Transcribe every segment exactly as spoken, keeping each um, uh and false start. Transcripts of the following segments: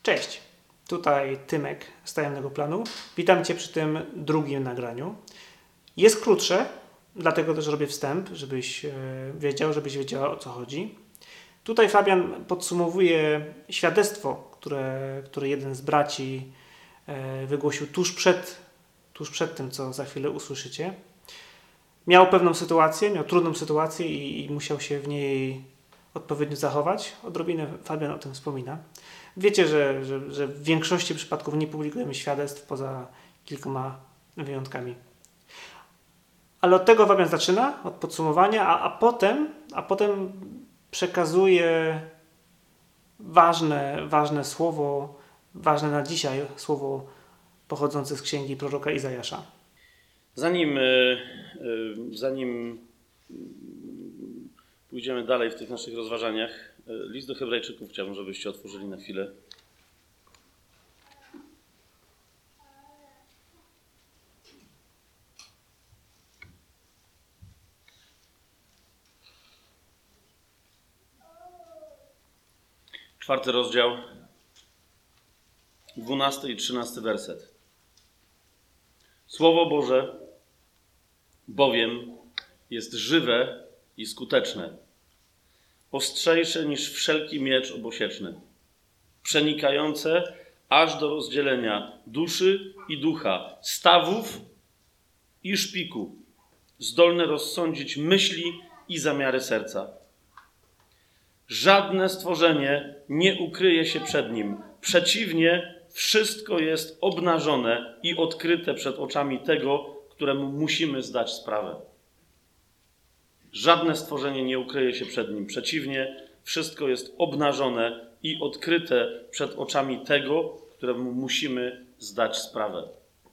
Cześć, tutaj Tymek z Tajemnego Planu. Witam Cię przy tym drugim nagraniu. Jest krótsze, dlatego też robię wstęp, żebyś wiedział, żebyś wiedziała, o co chodzi. Tutaj Fabian podsumowuje świadectwo, które, które jeden z braci wygłosił tuż przed, tuż przed tym, co za chwilę usłyszycie. Miał pewną sytuację, miał trudną sytuację i, i musiał się w niej odpowiednio zachować. Odrobinę Fabian o tym wspomina. Wiecie, że, że, że w większości przypadków nie publikujemy świadectw poza kilkoma wyjątkami. Ale od tego Fabian zaczyna, od podsumowania, a, a, potem, a potem przekazuje ważne, ważne słowo, ważne na dzisiaj słowo pochodzące z księgi proroka Izajasza. Zanim, zanim pójdziemy dalej w tych naszych rozważaniach, list do Hebrajczyków chciałbym, żebyście otworzyli na chwilę. Czwarty rozdział, dwunasty i trzynasty werset. Słowo Boże bowiem jest żywe i skuteczne, ostrzejsze niż wszelki miecz obosieczny, przenikające aż do rozdzielenia duszy i ducha, stawów i szpiku, zdolne rozsądzić myśli i zamiary serca. Żadne stworzenie nie ukryje się przed nim. Przeciwnie, wszystko jest obnażone i odkryte przed oczami tego, któremu musimy zdać sprawę. Żadne stworzenie nie ukryje się przed nim. Przeciwnie, wszystko jest obnażone i odkryte przed oczami tego, któremu musimy zdać sprawę.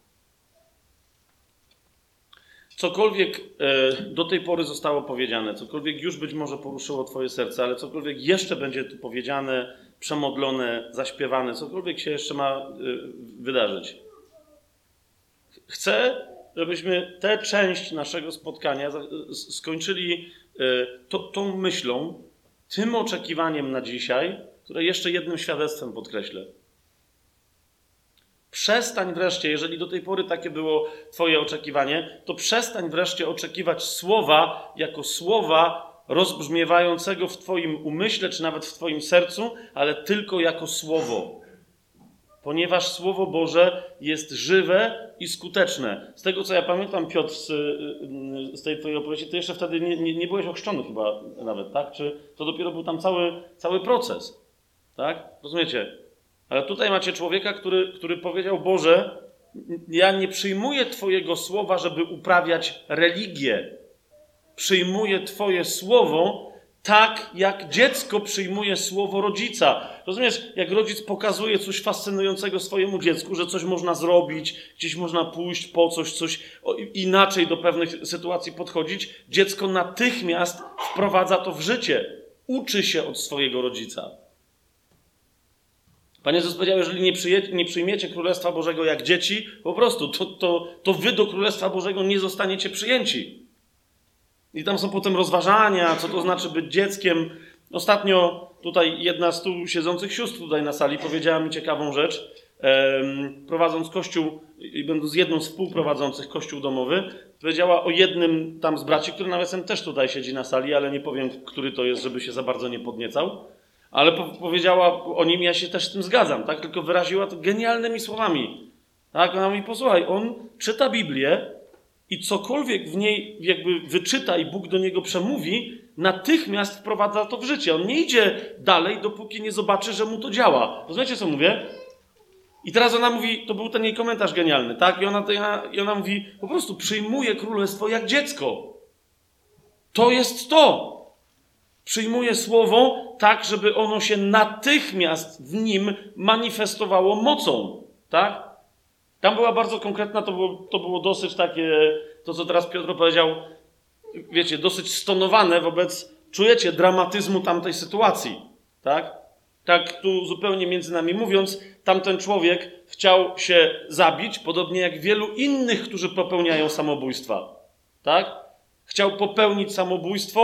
Cokolwiek do tej pory zostało powiedziane, cokolwiek już być może poruszyło twoje serce, ale cokolwiek jeszcze będzie tu powiedziane, przemodlone, zaśpiewane, cokolwiek się jeszcze ma wydarzyć. Chcę, żebyśmy tę część naszego spotkania skończyli to, tą myślą, tym oczekiwaniem na dzisiaj, które jeszcze jednym świadectwem podkreślę. Przestań wreszcie, jeżeli do tej pory takie było twoje oczekiwanie, to przestań wreszcie oczekiwać słowa jako słowa rozbrzmiewającego w twoim umyśle, czy nawet w twoim sercu, ale tylko jako słowo. Ponieważ Słowo Boże jest żywe i skuteczne. Z tego, co ja pamiętam, Piotr, z, z tej twojej opowieści, ty jeszcze wtedy nie, nie, nie byłeś ochrzczony chyba nawet, tak? Czy to dopiero był tam cały, cały proces, tak? Rozumiecie? Ale tutaj macie człowieka, który, który powiedział: Boże, ja nie przyjmuję Twojego słowa, żeby uprawiać religię. Przyjmuję Twoje słowo tak, jak dziecko przyjmuje słowo rodzica. Rozumiesz, jak rodzic pokazuje coś fascynującego swojemu dziecku, że coś można zrobić, gdzieś można pójść po coś, coś inaczej do pewnych sytuacji podchodzić, dziecko natychmiast wprowadza to w życie. Uczy się od swojego rodzica. Pan Jezus powiedział: jeżeli nie, przyje, nie przyjmiecie Królestwa Bożego jak dzieci, po prostu, to, to, to wy do Królestwa Bożego nie zostaniecie przyjęci. I tam są potem rozważania, co to znaczy być dzieckiem. Ostatnio tutaj jedna z tu siedzących sióstr tutaj na sali powiedziała mi ciekawą rzecz. Ehm, prowadząc kościół, i będąc jedną z współprowadzących kościół domowy, powiedziała o jednym tam z braci, który nawiasem też tutaj siedzi na sali, ale nie powiem, który to jest, żeby się za bardzo nie podniecał. Ale po- powiedziała o nim, ja się też z tym zgadzam, tak? Tylko wyraziła to genialnymi słowami. Tak? Ona mówi: posłuchaj, on czyta Biblię i cokolwiek w niej jakby wyczyta i Bóg do niego przemówi, natychmiast wprowadza to w życie. On nie idzie dalej, dopóki nie zobaczy, że mu to działa. Rozumiecie, co mówię? I teraz ona mówi, to był ten jej komentarz genialny, tak? I ona, i ona mówi, po prostu przyjmuje królestwo jak dziecko. To jest to. Przyjmuje słowo tak, żeby ono się natychmiast w nim manifestowało mocą, tak? Tam była bardzo konkretna, to było, to było dosyć takie, to co teraz Piotr powiedział, wiecie, dosyć stonowane wobec, czujecie, dramatyzmu tamtej sytuacji, tak? Tak tu zupełnie między nami mówiąc, tamten człowiek chciał się zabić, podobnie jak wielu innych, którzy popełniają samobójstwa, tak? Chciał popełnić samobójstwo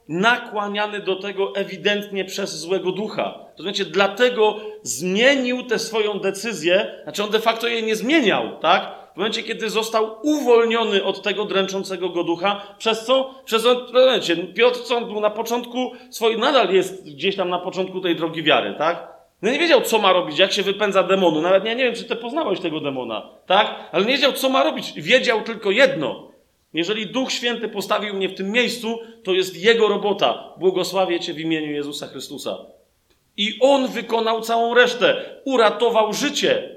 nakłaniany do tego ewidentnie przez złego ducha. Rozumiecie, dlatego zmienił tę swoją decyzję, znaczy on de facto jej nie zmieniał, tak? W momencie, kiedy został uwolniony od tego dręczącego go ducha, przez co? Przez co, rozumiecie, Piotr, co on był na początku swojej, nadal jest gdzieś tam na początku tej drogi wiary, tak? No nie wiedział, co ma robić, jak się wypędza demonu. Nawet ja nie wiem, czy ty poznałeś tego demona, tak? Ale nie wiedział, co ma robić. Wiedział tylko jedno. Jeżeli Duch Święty postawił mnie w tym miejscu, to jest Jego robota. Błogosławię Cię w imieniu Jezusa Chrystusa. I On wykonał całą resztę. Uratował życie.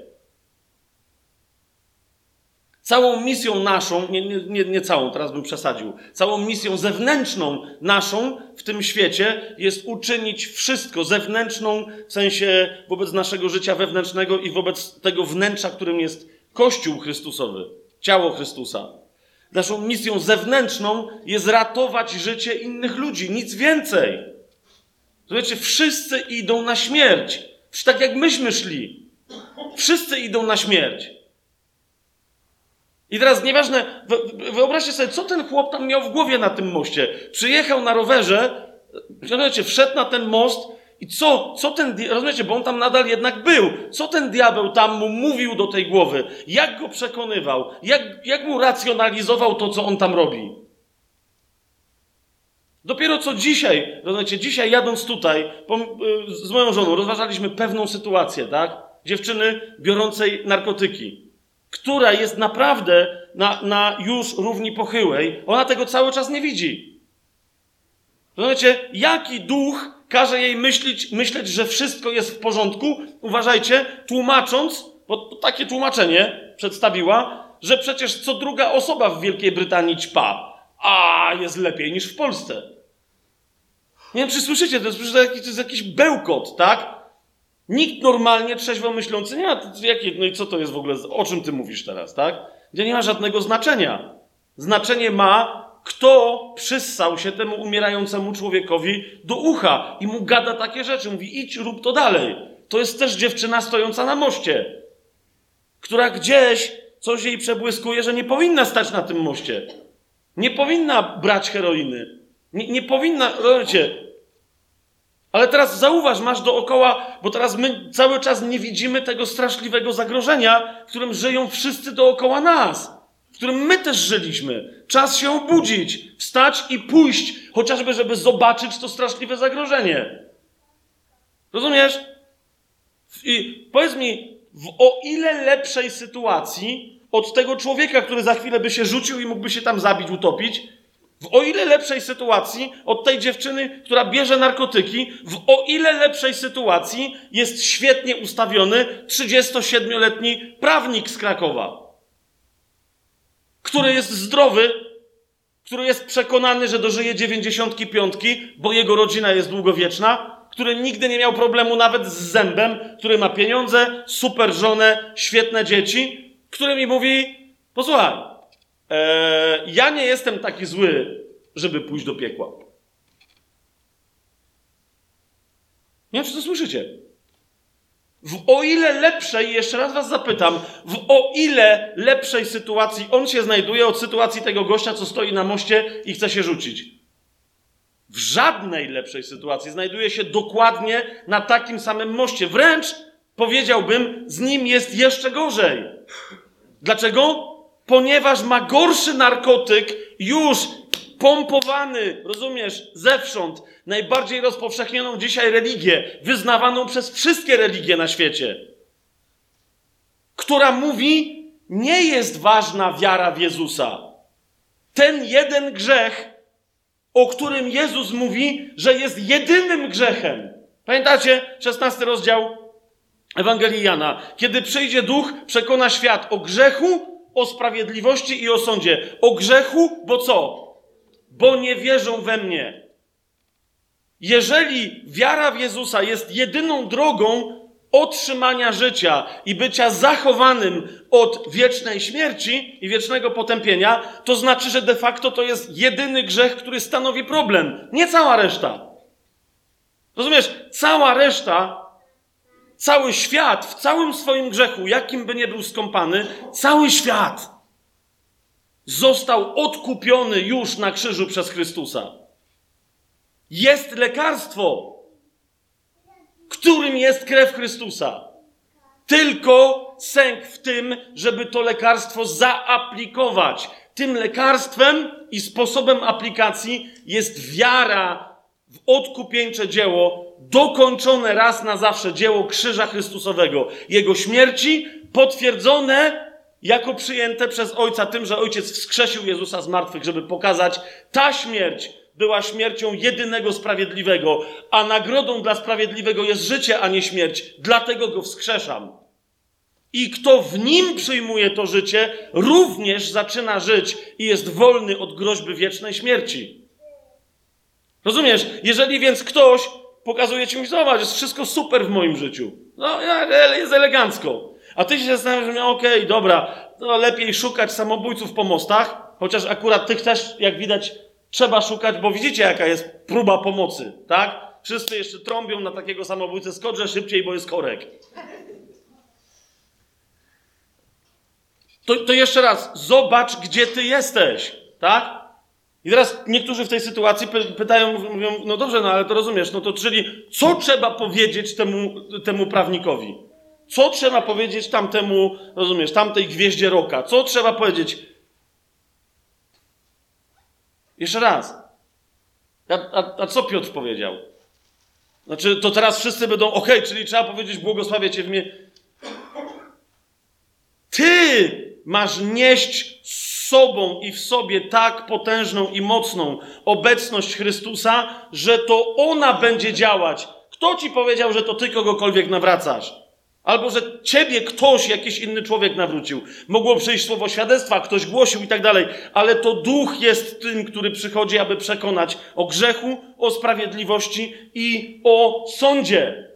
Całą misją naszą, nie, nie, nie całą, teraz bym przesadził, całą misją zewnętrzną naszą w tym świecie jest uczynić wszystko zewnętrzną, w sensie wobec naszego życia wewnętrznego i wobec tego wnętrza, którym jest Kościół Chrystusowy, ciało Chrystusa. Naszą misją zewnętrzną jest ratować życie innych ludzi, nic więcej. Zobaczcie, wszyscy idą na śmierć, tak jak myśmy szli. Wszyscy idą na śmierć. I teraz nieważne, wyobraźcie sobie, co ten chłop tam miał w głowie na tym moście. Przyjechał na rowerze, rozumiecie, wszedł na ten most i co, co ten, rozumiecie, bo on tam nadal jednak był. Co ten diabeł tam mu mówił do tej głowy? Jak go przekonywał? Jak, jak mu racjonalizował to, co on tam robi? Dopiero co dzisiaj, rozumiecie, dzisiaj jadąc tutaj z moją żoną rozważaliśmy pewną sytuację, tak? Dziewczyny biorącej narkotyki, która jest naprawdę na, na już równi pochyłej, ona tego cały czas nie widzi. Rozumiecie, jaki duch każe jej myśleć, myśleć, że wszystko jest w porządku? Uważajcie, tłumacząc, bo takie tłumaczenie przedstawiła, że przecież co druga osoba w Wielkiej Brytanii ćpa, a jest lepiej niż w Polsce. Nie wiem, czy słyszycie, to jest, to jest jakiś bełkot, tak? Nikt normalnie trzeźwo myślący, nie ma, jakie, no i co to jest w ogóle, o czym ty mówisz teraz, tak? Gdzie nie ma żadnego znaczenia. Znaczenie ma, kto przyssał się temu umierającemu człowiekowi do ucha i mu gada takie rzeczy. Mówi, idź, rób to dalej. To jest też dziewczyna stojąca na moście, która gdzieś coś jej przebłyskuje, że nie powinna stać na tym moście. Nie powinna brać heroiny. Nie, nie powinna, rozumiecie. Ale teraz zauważ, masz dookoła, bo teraz my cały czas nie widzimy tego straszliwego zagrożenia, w którym żyją wszyscy dookoła nas, w którym my też żyliśmy. Czas się obudzić, wstać i pójść, chociażby, żeby zobaczyć to straszliwe zagrożenie. Rozumiesz? I powiedz mi, w o ile lepszej sytuacji od tego człowieka, który za chwilę by się rzucił i mógłby się tam zabić, utopić, w o ile lepszej sytuacji od tej dziewczyny, która bierze narkotyki, w o ile lepszej sytuacji jest świetnie ustawiony trzydziestosiedmioletni prawnik z Krakowa, który jest zdrowy, który jest przekonany, że dożyje dziewięćdziesiątki piątki, bo jego rodzina jest długowieczna, który nigdy nie miał problemu nawet z zębem, który ma pieniądze, super żonę, świetne dzieci, który mi mówi, posłuchaj, Eee, ja nie jestem taki zły, żeby pójść do piekła. Nie wiem, czy to słyszycie. W o ile lepszej, jeszcze raz was zapytam, w o ile lepszej sytuacji on się znajduje od sytuacji tego gościa, co stoi na moście i chce się rzucić. W żadnej lepszej sytuacji znajduje się dokładnie na takim samym moście. Wręcz, powiedziałbym, z nim jest jeszcze gorzej. Dlaczego? Ponieważ ma gorszy narkotyk, już pompowany, rozumiesz, zewsząd, najbardziej rozpowszechnioną dzisiaj religię, wyznawaną przez wszystkie religie na świecie, która mówi, nie jest ważna wiara w Jezusa. Ten jeden grzech, o którym Jezus mówi, że jest jedynym grzechem. Pamiętacie? szesnasty rozdział Ewangelii Jana. Kiedy przyjdzie Duch, przekona świat o grzechu, o sprawiedliwości i o sądzie. O grzechu, bo co? Bo nie wierzą we mnie. Jeżeli wiara w Jezusa jest jedyną drogą otrzymania życia i bycia zachowanym od wiecznej śmierci i wiecznego potępienia, to znaczy, że de facto to jest jedyny grzech, który stanowi problem. Nie cała reszta. Rozumiesz? Cała reszta, cały świat w całym swoim grzechu, jakim by nie był skąpany, cały świat został odkupiony już na krzyżu przez Chrystusa. Jest lekarstwo, którym jest krew Chrystusa. Tylko sęk w tym, żeby to lekarstwo zaaplikować. Tym lekarstwem i sposobem aplikacji jest wiara w odkupieńcze dzieło, dokończone raz na zawsze dzieło krzyża Chrystusowego. Jego śmierci potwierdzone jako przyjęte przez Ojca tym, że Ojciec wskrzesił Jezusa z martwych, żeby pokazać, ta śmierć była śmiercią jedynego sprawiedliwego, a nagrodą dla sprawiedliwego jest życie, a nie śmierć. Dlatego go wskrzeszam. I kto w nim przyjmuje to życie, również zaczyna żyć i jest wolny od groźby wiecznej śmierci. Rozumiesz? Jeżeli więc ktoś pokazuje ci, zobacz, jest wszystko super w moim życiu. No, jest elegancko. A ty się zastanawiasz, że okej, okay, dobra, to lepiej szukać samobójców po mostach, chociaż akurat tych też, jak widać, trzeba szukać, bo widzicie, jaka jest próba pomocy, tak? Wszyscy jeszcze trąbią na takiego samobójcę, skodrze szybciej, bo jest korek. To, to jeszcze raz, zobacz, gdzie ty jesteś, tak? I teraz niektórzy w tej sytuacji py- pytają, mówią, no dobrze, no ale to rozumiesz, no to czyli co trzeba powiedzieć temu, temu prawnikowi? Co trzeba powiedzieć tamtemu, rozumiesz, tamtej gwieździe roka? Co trzeba powiedzieć? Jeszcze raz. A, a, a co Piotr powiedział? Znaczy, to teraz wszyscy będą, okej, okay, czyli trzeba powiedzieć, błogosławię cię w imię. Ty masz nieść z sobą i w sobie tak potężną i mocną obecność Chrystusa, że to ona będzie działać. Kto ci powiedział, że to ty kogokolwiek nawracasz? Albo że ciebie ktoś, jakiś inny człowiek nawrócił. Mogło przyjść słowo świadectwa, ktoś głosił i tak dalej, ale to Duch jest tym, który przychodzi, aby przekonać o grzechu, o sprawiedliwości i o sądzie.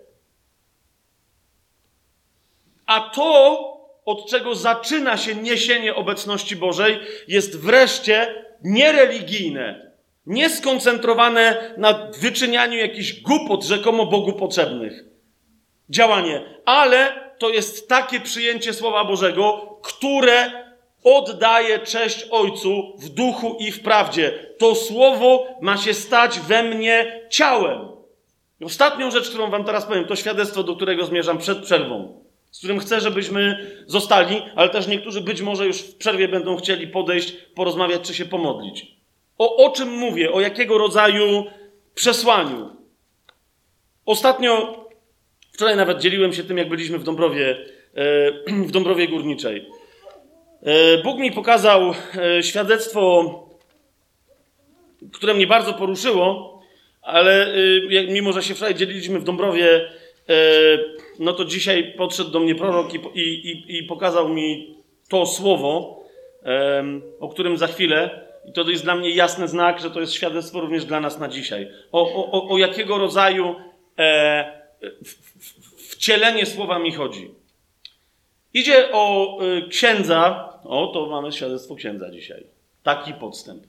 A to, od czego zaczyna się niesienie obecności Bożej, jest wreszcie niereligijne, nieskoncentrowane na wyczynianiu jakichś głupot rzekomo Bogu potrzebnych. Działanie. Ale to jest takie przyjęcie Słowa Bożego, które oddaje cześć Ojcu w duchu i w prawdzie. To Słowo ma się stać we mnie ciałem. I ostatnią rzecz, którą wam teraz powiem, to świadectwo, do którego zmierzam przed przerwą, z którym chcę, żebyśmy zostali, ale też niektórzy być może już w przerwie będą chcieli podejść, porozmawiać czy się pomodlić. O, o czym mówię? O jakiego rodzaju przesłaniu? Ostatnio, wczoraj nawet dzieliłem się tym, jak byliśmy w Dąbrowie, w Dąbrowie Górniczej. Bóg mi pokazał świadectwo, które mnie bardzo poruszyło, ale mimo, że się wczoraj dzieliliśmy w Dąbrowie, no to dzisiaj podszedł do mnie prorok i, i, i pokazał mi to słowo, o którym za chwilę, i to jest dla mnie jasny znak, że to jest świadectwo również dla nas na dzisiaj. O, o, o jakiego rodzaju e, w, w, wcielenie słowa mi chodzi. Idzie o y, księdza, o to mamy świadectwo księdza dzisiaj. Taki podstęp.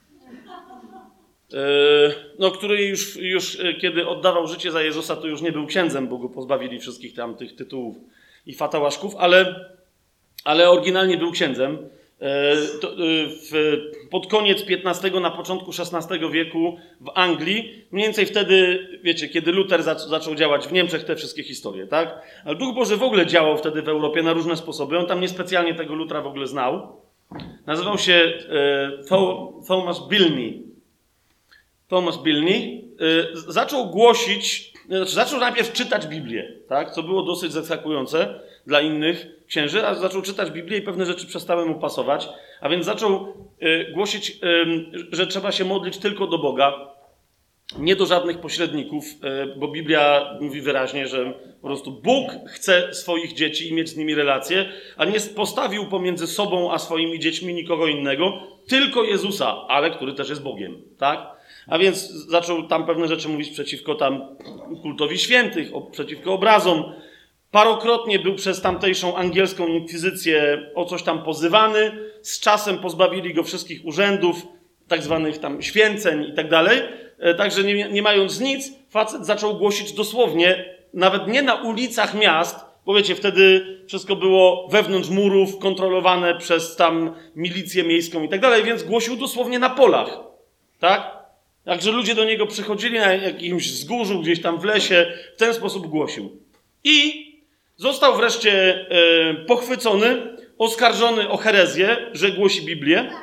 No, który już, już kiedy oddawał życie za Jezusa, to już nie był księdzem, bo go pozbawili wszystkich tam tych tytułów i fatałaszków, ale, ale oryginalnie był księdzem. To, w, pod koniec piętnastego, na początku szesnastego wieku w Anglii, mniej więcej wtedy, wiecie, kiedy Luter zac- zaczął działać w Niemczech, te wszystkie historie, tak? Ale Duch Boży w ogóle działał wtedy w Europie na różne sposoby. On tam niespecjalnie tego Lutera w ogóle znał. Nazywał się e, Thomas Bilney. Thomas Bilney y, zaczął głosić, znaczy zaczął najpierw czytać Biblię, tak? Co było dosyć zaskakujące dla innych księży, a zaczął czytać Biblię i pewne rzeczy przestały mu pasować, a więc zaczął y, głosić, y, że trzeba się modlić tylko do Boga, nie do żadnych pośredników, y, bo Biblia mówi wyraźnie, że po prostu Bóg chce swoich dzieci i mieć z nimi relacje, a nie postawił pomiędzy sobą a swoimi dziećmi nikogo innego, tylko Jezusa, ale który też jest Bogiem, tak? A więc zaczął tam pewne rzeczy mówić przeciwko tam kultowi świętych, przeciwko obrazom. Parokrotnie był przez tamtejszą angielską inkwizycję o coś tam pozywany. Z czasem pozbawili go wszystkich urzędów, tak zwanych tam święceń i tak dalej. Także nie, nie mając nic, facet zaczął głosić dosłownie, nawet nie na ulicach miast, bo wiecie, wtedy wszystko było wewnątrz murów, kontrolowane przez tam milicję miejską i tak dalej, więc głosił dosłownie na polach. Tak? Także ludzie do niego przychodzili na jakimś wzgórzu, gdzieś tam w lesie, w ten sposób głosił. I został wreszcie e, pochwycony, oskarżony o herezję, że głosi Biblię.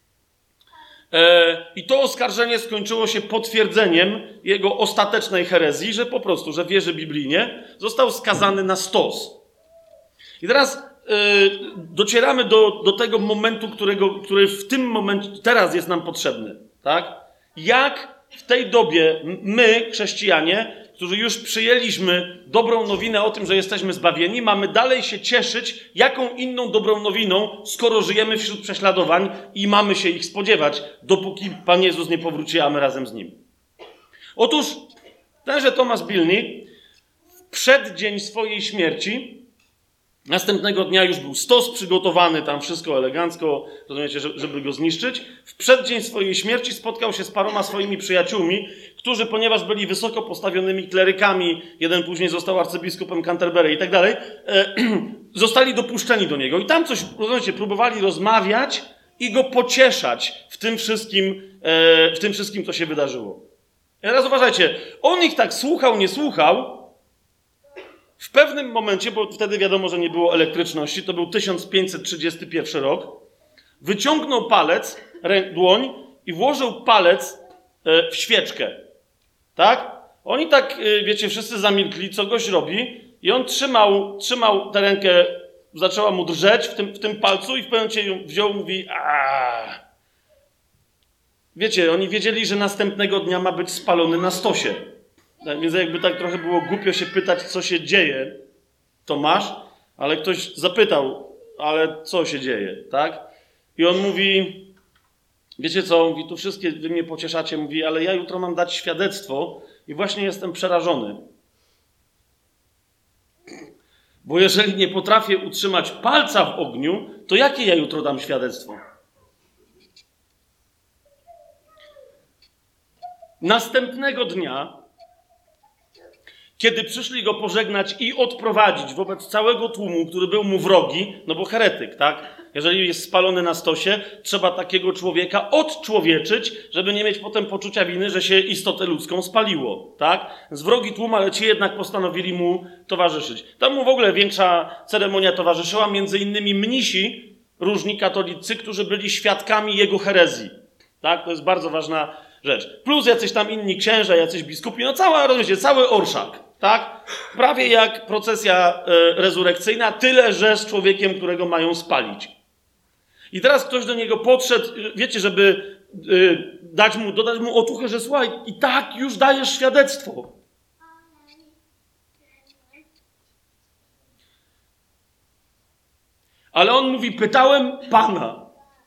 E, I to oskarżenie skończyło się potwierdzeniem jego ostatecznej herezji, że po prostu, że wierzy biblijnie, został skazany na stos. I teraz e, docieramy do, do tego momentu, którego, który w tym momencie, teraz jest nam potrzebny. Tak? Jak w tej dobie my, chrześcijanie, którzy już przyjęliśmy dobrą nowinę o tym, że jesteśmy zbawieni, mamy dalej się cieszyć jaką inną dobrą nowiną, skoro żyjemy wśród prześladowań i mamy się ich spodziewać, dopóki Pan Jezus nie powróci, a my razem z Nim. Otóż tenże Thomas Bilney w przeddzień swojej śmierci, następnego dnia już był stos przygotowany, tam wszystko elegancko, rozumiecie, żeby go zniszczyć. W przeddzień swojej śmierci spotkał się z paroma swoimi przyjaciółmi, którzy, ponieważ byli wysoko postawionymi klerykami, jeden później został arcybiskupem Canterbury i tak dalej, e, zostali dopuszczeni do niego. I tam coś, rozumiecie, próbowali rozmawiać i go pocieszać w tym wszystkim, e, w tym wszystkim, co się wydarzyło. I teraz uważajcie, on ich tak słuchał, nie słuchał. W pewnym momencie, bo wtedy wiadomo, że nie było elektryczności, to był tysiąc pięćset trzydziesty pierwszy rok, wyciągnął palec, rę, dłoń i włożył palec e, w świeczkę. Tak? Oni tak, e, wiecie, wszyscy zamilkli, co gość robi i on trzymał, trzymał tę rękę, zaczęła mu drżeć w tym, w tym palcu i w pewnym momencie ją wziął i mówi aaa. Wiecie, oni wiedzieli, że następnego dnia ma być spalony na stosie. Tak, więc jakby tak trochę było głupio się pytać, co się dzieje, to masz, ale ktoś zapytał, ale co się dzieje, tak? I on mówi, wiecie co, mówi, tu wszystkie wy mnie pocieszacie, mówi, ale ja jutro mam dać świadectwo i właśnie jestem przerażony. Bo jeżeli nie potrafię utrzymać palca w ogniu, to jakie ja jutro dam świadectwo? Następnego dnia, kiedy przyszli go pożegnać i odprowadzić wobec całego tłumu, który był mu wrogi, no bo heretyk, tak? Jeżeli jest spalony na stosie, trzeba takiego człowieka odczłowieczyć, żeby nie mieć potem poczucia winy, że się istotę ludzką spaliło, tak? Z wrogi tłum, ale ci jednak postanowili mu towarzyszyć. Tam mu w ogóle większa ceremonia towarzyszyła, między innymi mnisi, różni katolicy, którzy byli świadkami jego herezji, tak? To jest bardzo ważna rzecz. Plus jacyś tam inni księża, jacyś biskupi, no cała, rozumiecie, cały orszak. Tak? Prawie jak procesja e, rezurekcyjna, tyle, że z człowiekiem, którego mają spalić. I teraz ktoś do niego podszedł, wiecie, żeby e, dać mu, dodać mu otuchę, że słuchaj, i tak już dajesz świadectwo. Ale on mówi, pytałem Pana.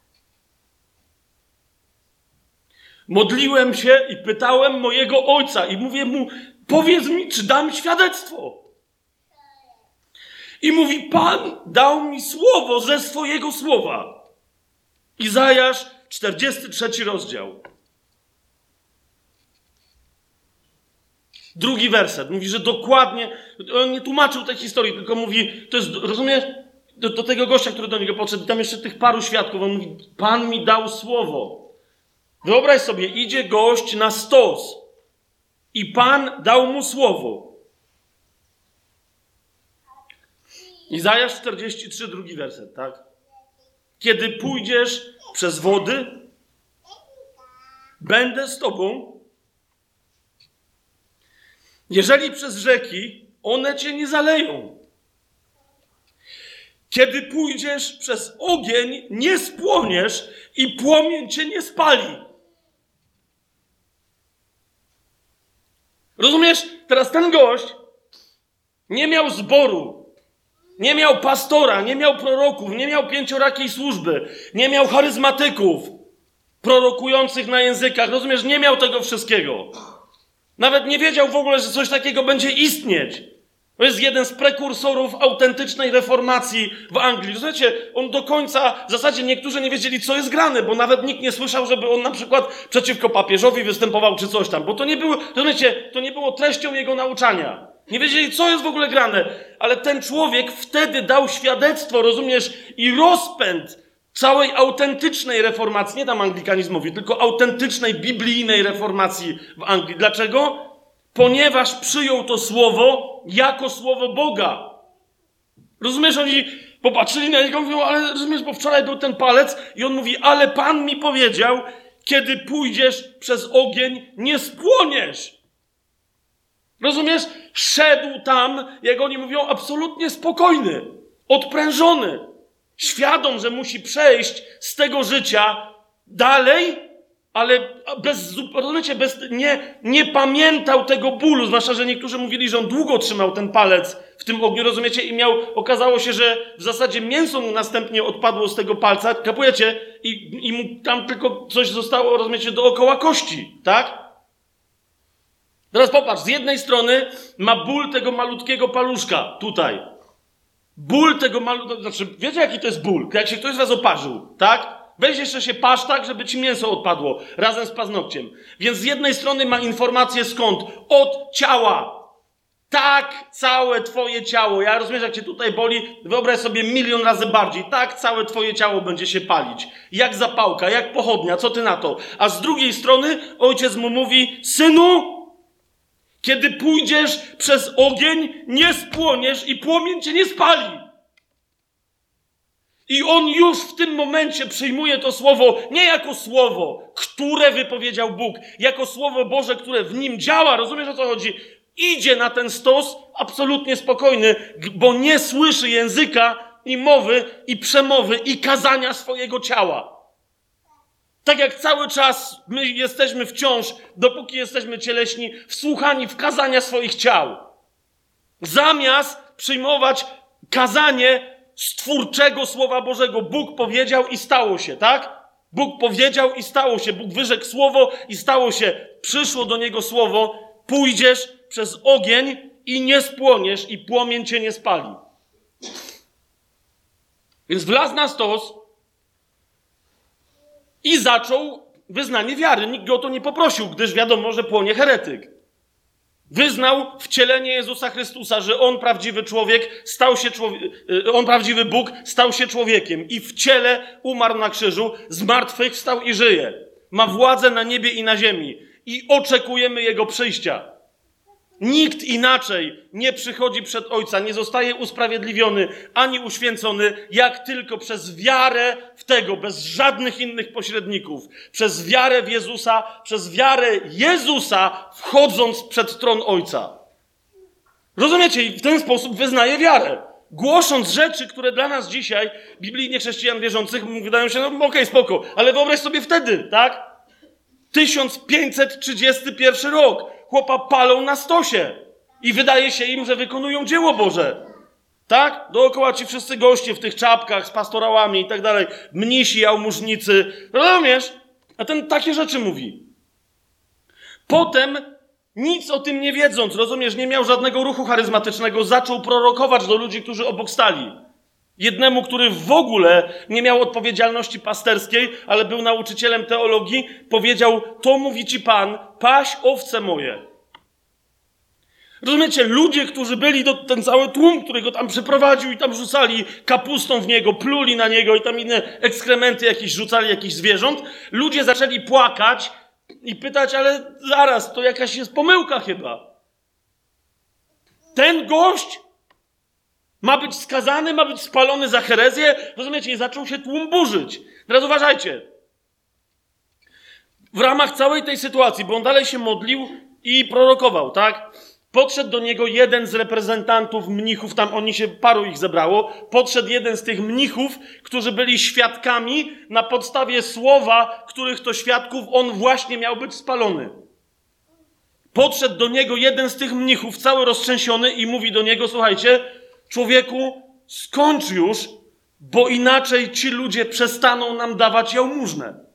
Modliłem się i pytałem mojego ojca i mówię mu, powiedz mi, czy dam świadectwo. I mówi, Pan dał mi słowo ze swojego słowa. Izajasz, czterdziesty trzeci rozdział. Drugi werset. Mówi, że dokładnie, on nie tłumaczył tej historii, tylko mówi, to jest, rozumiesz, do, do tego gościa, który do niego podszedł, tam jeszcze tych paru świadków, on mówi, Pan mi dał słowo. Wyobraź sobie, idzie gość na stos i Pan dał mu słowo. Izajasz czterdziesty trzeci, drugi werset, tak? Kiedy pójdziesz przez wody, będę z tobą. Jeżeli przez rzeki, one cię nie zaleją. Kiedy pójdziesz przez ogień, nie spłoniesz i płomień cię nie spali. Rozumiesz? Teraz ten gość nie miał zboru, nie miał pastora, nie miał proroków, nie miał pięciorakiej służby, nie miał charyzmatyków prorokujących na językach. Rozumiesz? Nie miał tego wszystkiego. Nawet nie wiedział w ogóle, że coś takiego będzie istnieć. To jest jeden z prekursorów autentycznej reformacji w Anglii. Rozumiecie? On do końca, w zasadzie niektórzy nie wiedzieli, co jest grane, bo nawet nikt nie słyszał, żeby on na przykład przeciwko papieżowi występował czy coś tam, bo to nie było, rozumiecie, to nie było treścią jego nauczania. Nie wiedzieli, co jest w ogóle grane, ale ten człowiek wtedy dał świadectwo, rozumiesz, i rozpęd całej autentycznej reformacji, nie tam anglikanizmowi, tylko autentycznej, biblijnej reformacji w Anglii. Dlaczego? Ponieważ przyjął to słowo jako słowo Boga. Rozumiesz, oni popatrzyli na niego i mówią, ale rozumiesz, bo wczoraj był ten palec i on mówi, ale Pan mi powiedział, kiedy pójdziesz przez ogień, nie spłoniesz. Rozumiesz? Szedł tam, jak oni mówią, absolutnie spokojny, odprężony, świadom, że musi przejść z tego życia dalej, ale bez, rozumiecie, bez, nie, nie pamiętał tego bólu, zwłaszcza, że niektórzy mówili, że on długo trzymał ten palec w tym ogniu, rozumiecie, i miał, okazało się, że w zasadzie mięso mu następnie odpadło z tego palca, kapujecie, i, i mu tam tylko coś zostało, rozumiecie, dookoła kości, tak? Teraz popatrz, z jednej strony ma ból tego malutkiego paluszka, tutaj. Ból tego malutkiego, znaczy, wiecie jaki to jest ból? Jak się ktoś z was oparzył, tak? Weź jeszcze się pasz tak, żeby ci mięso odpadło razem z paznokciem. Więc z jednej strony ma informację skąd? Od ciała. Tak, całe twoje ciało. Ja rozumiem, jak cię tutaj boli, wyobraź sobie milion razy bardziej. Tak, całe twoje ciało będzie się palić. Jak zapałka, jak pochodnia, co ty na to? A z drugiej strony ojciec mu mówi, synu, kiedy pójdziesz przez ogień, nie spłoniesz i płomień cię nie spali. I on już w tym momencie przyjmuje to słowo nie jako słowo, które wypowiedział Bóg, jako słowo Boże, które w nim działa. Rozumiesz, o co chodzi? Idzie na ten stos absolutnie spokojny, bo nie słyszy języka i mowy, i przemowy, i kazania swojego ciała. Tak jak cały czas my jesteśmy wciąż, dopóki jesteśmy cieleśni, wsłuchani w kazania swoich ciał. Zamiast przyjmować kazanie stwórczego Słowa Bożego. Bóg powiedział i stało się, tak? Bóg powiedział i stało się. Bóg wyrzekł słowo i stało się. Przyszło do niego słowo, pójdziesz przez ogień i nie spłoniesz i płomień cię nie spali. Więc wlazł na stos i zaczął wyznanie wiary. Nikt go o to nie poprosił, gdyż wiadomo, że płonie heretyk. Wyznał wcielenie Jezusa Chrystusa, że On, prawdziwy człowiek, stał się człowiek, On, prawdziwy Bóg, stał się człowiekiem i w ciele umarł na krzyżu, zmartwychwstał i żyje. Ma władzę na niebie i na ziemi i oczekujemy Jego przyjścia. Nikt inaczej nie przychodzi przed Ojca, nie zostaje usprawiedliwiony ani uświęcony, jak tylko przez wiarę w Tego, bez żadnych innych pośredników. Przez wiarę w Jezusa, przez wiarę Jezusa, wchodząc przed tron Ojca. Rozumiecie? I w ten sposób wyznaje wiarę. Głosząc rzeczy, które dla nas dzisiaj, biblijnie chrześcijan wierzących, wydają się, no okej, okay, spoko, ale wyobraź sobie wtedy, tak? tysiąc pięćset trzydziesty pierwszy rok. Chłopa palą na stosie i wydaje się im, że wykonują dzieło Boże. Tak? Dookoła ci wszyscy goście w tych czapkach z pastorałami i tak dalej, mnisi, jałmużnicy. Rozumiesz? A ten takie rzeczy mówi. Potem, nic o tym nie wiedząc, rozumiesz, nie miał żadnego ruchu charyzmatycznego, zaczął prorokować do ludzi, którzy obok stali. Jednemu, który w ogóle nie miał odpowiedzialności pasterskiej, ale był nauczycielem teologii, powiedział, to mówi ci Pan, paś owce moje. Rozumiecie, ludzie, którzy byli, do, ten cały tłum, który go tam przyprowadził i tam rzucali kapustą w niego, pluli na niego i tam inne ekskrementy jakieś rzucali, jakichś zwierząt, ludzie zaczęli płakać i pytać, ale zaraz, to jakaś jest pomyłka chyba. Ten gość ma być skazany, ma być spalony za herezję. Rozumiecie? I zaczął się tłum burzyć. Teraz uważajcie. W ramach całej tej sytuacji, bo on dalej się modlił i prorokował, tak? Podszedł do niego jeden z reprezentantów mnichów, tam oni się, paru ich zebrało. Podszedł jeden z tych mnichów, którzy byli świadkami na podstawie słowa, których to świadków on właśnie miał być spalony. Podszedł do niego jeden z tych mnichów, cały roztrzęsiony i mówi do niego, słuchajcie, człowieku, skończ już, bo inaczej ci ludzie przestaną nam dawać jałmużnę.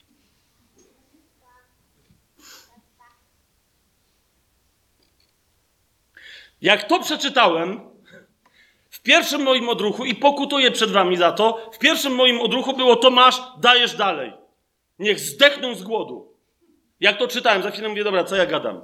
Jak to przeczytałem, w pierwszym moim odruchu, i pokutuję przed wami za to, w pierwszym moim odruchu było, Tomasz, dajesz dalej. Niech zdechną z głodu. Jak to czytałem, za chwilę mówię, dobra, co ja gadam?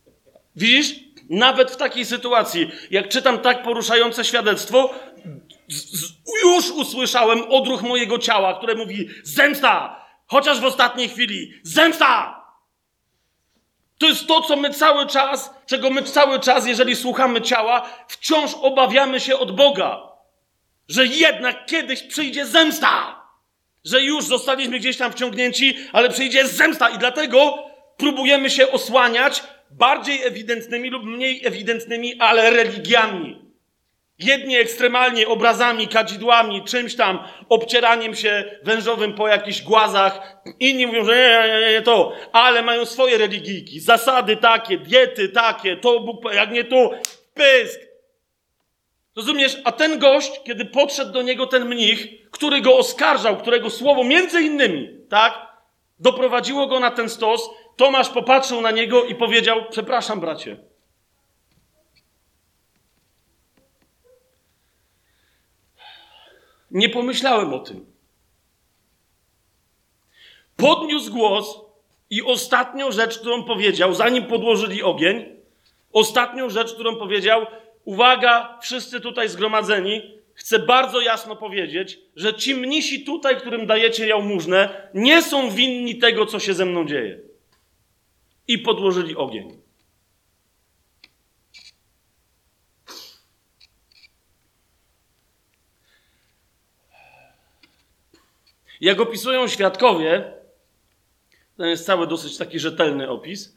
Widzisz? Nawet w takiej sytuacji, jak czytam tak poruszające świadectwo, z, z, już usłyszałem odruch mojego ciała, które mówi zemsta, chociaż w ostatniej chwili, zemsta! To jest to, co my cały czas, czego my cały czas, jeżeli słuchamy ciała, wciąż obawiamy się od Boga. Że jednak kiedyś przyjdzie zemsta. Że już zostaliśmy gdzieś tam wciągnięci, ale przyjdzie zemsta i dlatego próbujemy się osłaniać bardziej ewidentnymi lub mniej ewidentnymi, ale religiami. Jedni ekstremalnie obrazami, kadzidłami, czymś tam, obcieraniem się wężowym po jakichś głazach. Inni mówią, że nie, nie, nie, to, ale mają swoje religijki, zasady takie, diety takie, to Bóg, jak nie tu, pysk. Rozumiesz? A ten gość, kiedy podszedł do niego ten mnich, który go oskarżał, którego słowo między innymi, tak, doprowadziło go na ten stos, Tomasz popatrzył na niego i powiedział, przepraszam, bracie. Nie pomyślałem o tym. Podniósł głos i ostatnią rzecz, którą powiedział, zanim podłożyli ogień, ostatnią rzecz, którą powiedział, uwaga, wszyscy tutaj zgromadzeni, chcę bardzo jasno powiedzieć, że ci mnisi tutaj, którym dajecie jałmużnę, nie są winni tego, co się ze mną dzieje. I podłożyli ogień. Jak opisują świadkowie, to jest cały dosyć taki rzetelny opis,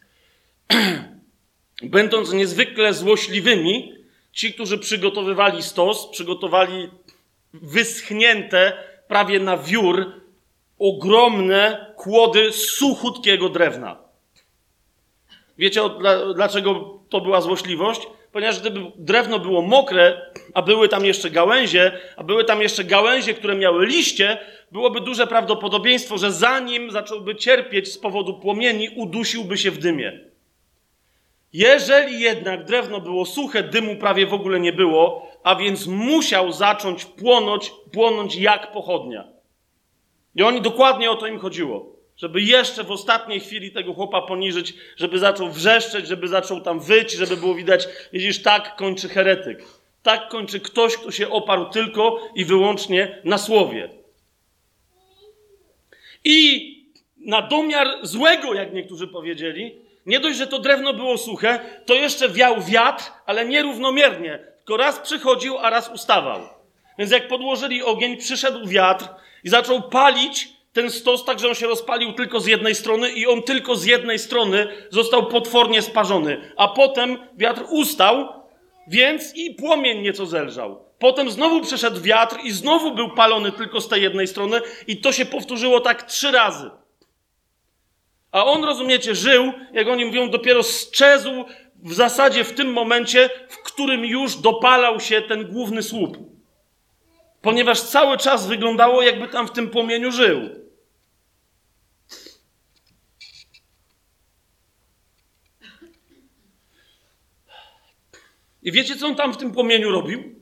będąc niezwykle złośliwymi, ci, którzy przygotowywali stos, przygotowali wyschnięte prawie na wiór ogromne kłody suchutkiego drewna. Wiecie, dlaczego to była złośliwość? Ponieważ gdyby drewno było mokre, a były tam jeszcze gałęzie, a były tam jeszcze gałęzie, które miały liście, byłoby duże prawdopodobieństwo, że zanim zacząłby cierpieć z powodu płomieni, udusiłby się w dymie. Jeżeli jednak drewno było suche, dymu prawie w ogóle nie było, a więc musiał zacząć płonąć, płonąć jak pochodnia. I oni dokładnie o to im chodziło. Żeby jeszcze w ostatniej chwili tego chłopa poniżyć, żeby zaczął wrzeszczeć, żeby zaczął tam wyć, żeby było widać, widzisz, tak kończy heretyk. Tak kończy ktoś, kto się oparł tylko i wyłącznie na słowie. I na domiar złego, jak niektórzy powiedzieli, nie dość, że to drewno było suche, to jeszcze wiał wiatr, ale nierównomiernie. Tylko raz przychodził, a raz ustawał. Więc jak podłożyli ogień, przyszedł wiatr i zaczął palić ten stos tak, że on się rozpalił tylko z jednej strony i on tylko z jednej strony został potwornie sparzony. A potem wiatr ustał, więc i płomień nieco zelżał. Potem znowu przyszedł wiatr i znowu był palony tylko z tej jednej strony i to się powtórzyło tak trzy razy. A on, rozumiecie, żył, jak oni mówią, dopiero sczezł w zasadzie w tym momencie, w którym już dopalał się ten główny słup. Ponieważ cały czas wyglądało, jakby tam w tym płomieniu żył. I wiecie, co on tam w tym płomieniu robił?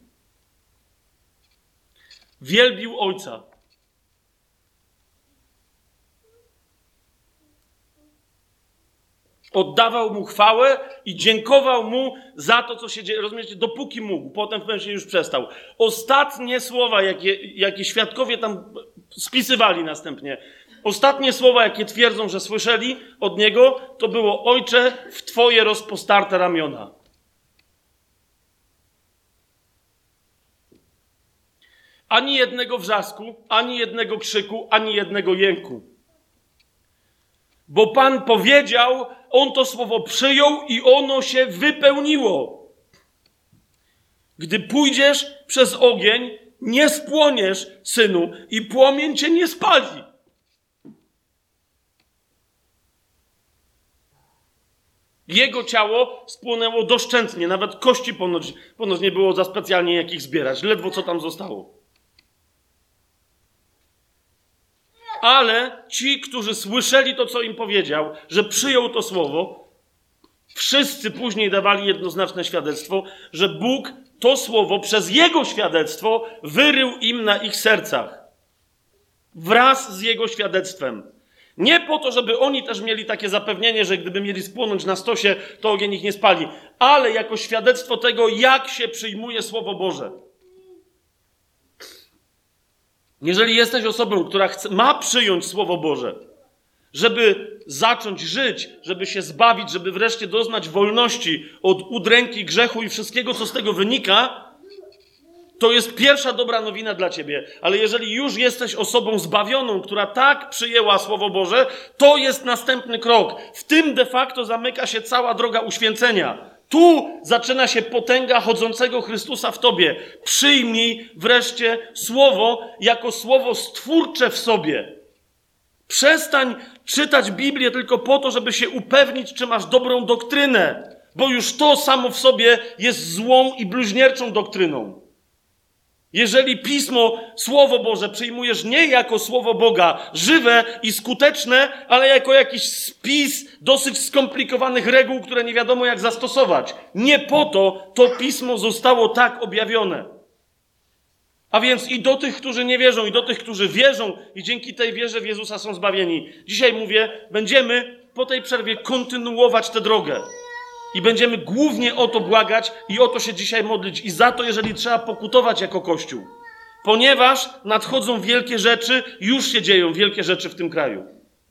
Wielbił Ojca. Oddawał mu chwałę i dziękował mu za to, co się dzieje. Rozumiecie? Dopóki mógł. Potem w pewnym momencie już przestał. Ostatnie słowa, jakie, jakie świadkowie tam spisywali następnie, ostatnie słowa, jakie twierdzą, że słyszeli od niego, to było: Ojcze, w Twoje rozpostarte ramiona. Ani jednego wrzasku, ani jednego krzyku, ani jednego jęku. Bo Pan powiedział, On to słowo przyjął i ono się wypełniło. Gdy pójdziesz przez ogień, nie spłoniesz, synu, i płomień cię nie spali. Jego ciało spłonęło doszczętnie, nawet kości ponoć, ponoć nie było za specjalnie jakich zbierać, ledwo co tam zostało. Ale ci, którzy słyszeli to, co im powiedział, że przyjął to słowo, wszyscy później dawali jednoznaczne świadectwo, że Bóg to słowo przez Jego świadectwo wyrył im na ich sercach. Wraz z Jego świadectwem. Nie po to, żeby oni też mieli takie zapewnienie, że gdyby mieli spłonąć na stosie, to ogień ich nie spali, ale jako świadectwo tego, jak się przyjmuje Słowo Boże. Jeżeli jesteś osobą, która chce, ma przyjąć Słowo Boże, żeby zacząć żyć, żeby się zbawić, żeby wreszcie doznać wolności od udręki grzechu i wszystkiego, co z tego wynika, to jest pierwsza dobra nowina dla ciebie. Ale jeżeli już jesteś osobą zbawioną, która tak przyjęła Słowo Boże, to jest następny krok. W tym de facto zamyka się cała droga uświęcenia. Tu zaczyna się potęga chodzącego Chrystusa w tobie. Przyjmij wreszcie Słowo jako Słowo stwórcze w sobie. Przestań czytać Biblię tylko po to, żeby się upewnić, czy masz dobrą doktrynę. Bo już to samo w sobie jest złą i bluźnierczą doktryną. Jeżeli Pismo, Słowo Boże przyjmujesz nie jako Słowo Boga żywe i skuteczne, ale jako jakiś spis dosyć skomplikowanych reguł, które nie wiadomo jak zastosować. Nie po to to Pismo zostało tak objawione. A więc i do tych, którzy nie wierzą, i do tych, którzy wierzą i dzięki tej wierze w Jezusa są zbawieni. Dzisiaj mówię, będziemy po tej przerwie kontynuować tę drogę. I będziemy głównie o to błagać i o to się dzisiaj modlić. I za to, jeżeli trzeba pokutować jako Kościół. Ponieważ nadchodzą wielkie rzeczy, już się dzieją wielkie rzeczy w tym kraju.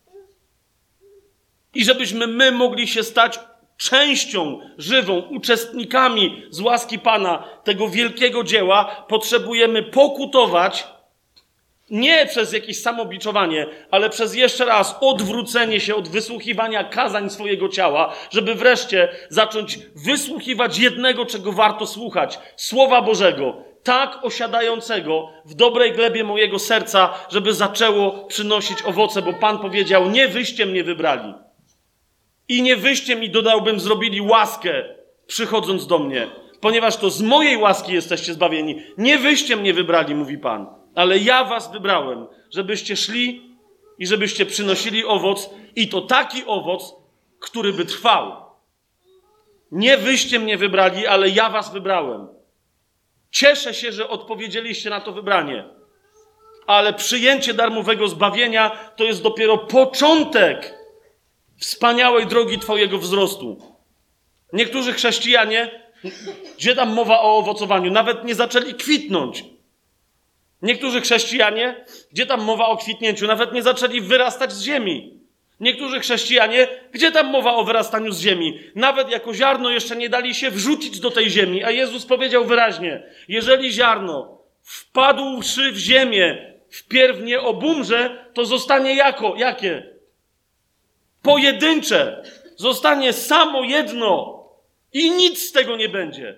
I żebyśmy my mogli się stać częścią żywą, uczestnikami z łaski Pana tego wielkiego dzieła, potrzebujemy pokutować nie przez jakieś samobiczowanie, ale przez jeszcze raz odwrócenie się od wysłuchiwania kazań swojego ciała, żeby wreszcie zacząć wysłuchiwać jednego, czego warto słuchać. Słowa Bożego, tak osiadającego w dobrej glebie mojego serca, żeby zaczęło przynosić owoce, bo Pan powiedział, nie wyście mnie wybrali. I nie wyście mi, dodałbym, zrobili łaskę, przychodząc do mnie, ponieważ to z mojej łaski jesteście zbawieni. Nie wyście mnie wybrali, mówi Pan, ale ja was wybrałem, żebyście szli i żebyście przynosili owoc, i to taki owoc, który by trwał. Nie wyście mnie wybrali, ale ja was wybrałem. Cieszę się, że odpowiedzieliście na to wybranie, ale przyjęcie darmowego zbawienia to jest dopiero początek wspaniałej drogi twojego wzrostu. Niektórzy chrześcijanie, gdzie tam mowa o owocowaniu, nawet nie zaczęli kwitnąć. Niektórzy chrześcijanie, gdzie tam mowa o kwitnięciu, nawet nie zaczęli wyrastać z ziemi. Niektórzy chrześcijanie, gdzie tam mowa o wyrastaniu z ziemi, nawet jako ziarno jeszcze nie dali się wrzucić do tej ziemi. A Jezus powiedział wyraźnie, jeżeli ziarno wpadłszy w ziemię, wpierw nie obumrze, to zostanie jako, jakie? Pojedyncze. Zostanie samo jedno i nic z tego nie będzie.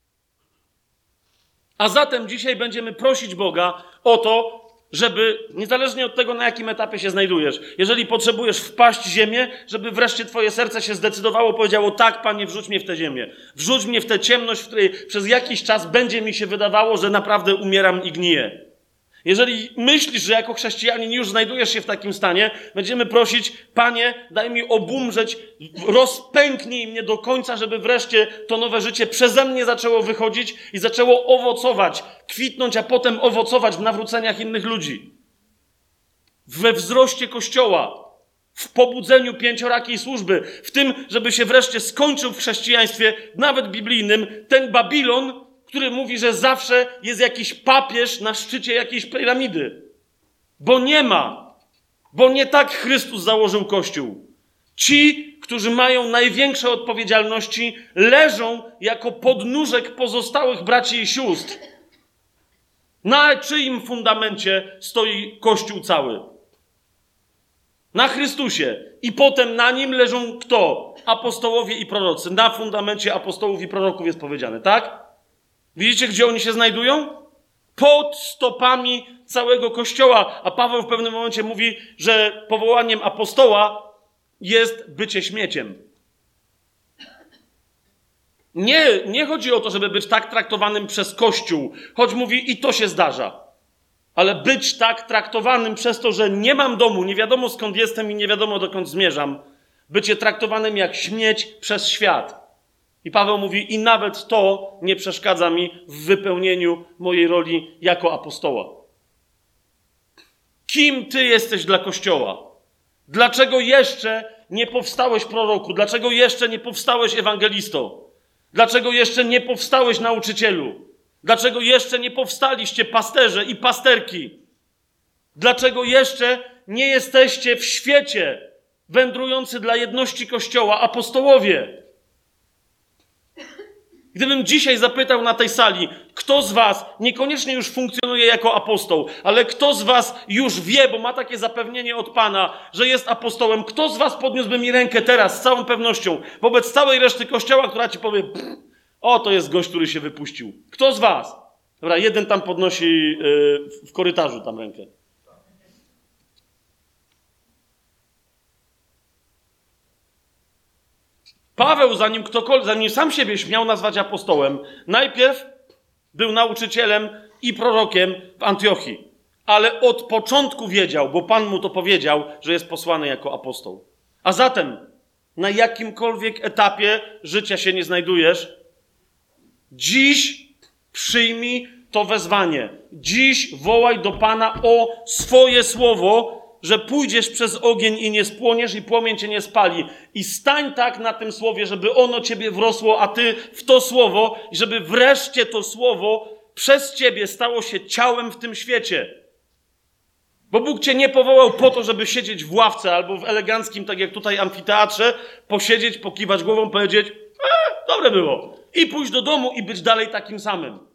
A zatem dzisiaj będziemy prosić Boga o to, żeby, niezależnie od tego, na jakim etapie się znajdujesz, jeżeli potrzebujesz wpaść w ziemię, żeby wreszcie twoje serce się zdecydowało, powiedziało, tak, Panie, wrzuć mnie w tę ziemię. Wrzuć mnie w tę ciemność, w której przez jakiś czas będzie mi się wydawało, że naprawdę umieram i gniję. Jeżeli myślisz, że jako chrześcijanin już znajdujesz się w takim stanie, będziemy prosić, Panie, daj mi obumrzeć, rozpęknij mnie do końca, żeby wreszcie to nowe życie przeze mnie zaczęło wychodzić i zaczęło owocować, kwitnąć, a potem owocować w nawróceniach innych ludzi. We wzroście Kościoła, w pobudzeniu pięciorakiej służby, w tym, żeby się wreszcie skończył w chrześcijaństwie, nawet biblijnym, ten Babilon, który mówi, że zawsze jest jakiś papież na szczycie jakiejś piramidy. Bo nie ma. Bo nie tak Chrystus założył Kościół. Ci, którzy mają największe odpowiedzialności, leżą jako podnóżek pozostałych braci i sióstr. Na czyim fundamencie stoi Kościół cały? Na Chrystusie. I potem na nim leżą kto? Apostołowie i prorocy. Na fundamencie apostołów i proroków jest powiedziane, tak? Widzicie, gdzie oni się znajdują? Pod stopami całego Kościoła. A Paweł w pewnym momencie mówi, że powołaniem apostoła jest bycie śmieciem. Nie, nie chodzi o to, żeby być tak traktowanym przez Kościół, choć mówi, i to się zdarza. Ale być tak traktowanym przez to, że nie mam domu, nie wiadomo skąd jestem i nie wiadomo dokąd zmierzam. Bycie traktowanym jak śmieć przez świat. I Paweł mówi, i nawet to nie przeszkadza mi w wypełnieniu mojej roli jako apostoła. Kim ty jesteś dla Kościoła? Dlaczego jeszcze nie powstałeś proroku? Dlaczego jeszcze nie powstałeś ewangelisto? Dlaczego jeszcze nie powstałeś nauczycielu? Dlaczego jeszcze nie powstaliście pasterze i pasterki? Dlaczego jeszcze nie jesteście w świecie wędrujący dla jedności Kościoła apostołowie? Gdybym dzisiaj zapytał na tej sali, kto z was niekoniecznie już funkcjonuje jako apostoł, ale kto z was już wie, bo ma takie zapewnienie od Pana, że jest apostołem, kto z was podniósłby mi rękę teraz z całą pewnością wobec całej reszty Kościoła, która ci powie, o, to jest gość, który się wypuścił. Kto z was? Dobra, jeden tam podnosi yy, w korytarzu tam rękę. Paweł, zanim ktokolwiek, zanim sam siebie śmiał nazwać apostołem, najpierw był nauczycielem i prorokiem w Antiochii. Ale od początku wiedział, bo Pan mu to powiedział, że jest posłany jako apostoł. A zatem, na jakimkolwiek etapie życia się nie znajdujesz, dziś przyjmij to wezwanie. Dziś wołaj do Pana o swoje słowo, że pójdziesz przez ogień i nie spłoniesz i płomień cię nie spali. I stań tak na tym słowie, żeby ono ciebie wrosło, a ty w to słowo i żeby wreszcie to słowo przez ciebie stało się ciałem w tym świecie. Bo Bóg cię nie powołał po to, żeby siedzieć w ławce albo w eleganckim, tak jak tutaj, amfiteatrze, posiedzieć, pokiwać głową, powiedzieć, e, dobre było. I pójść do domu i być dalej takim samym.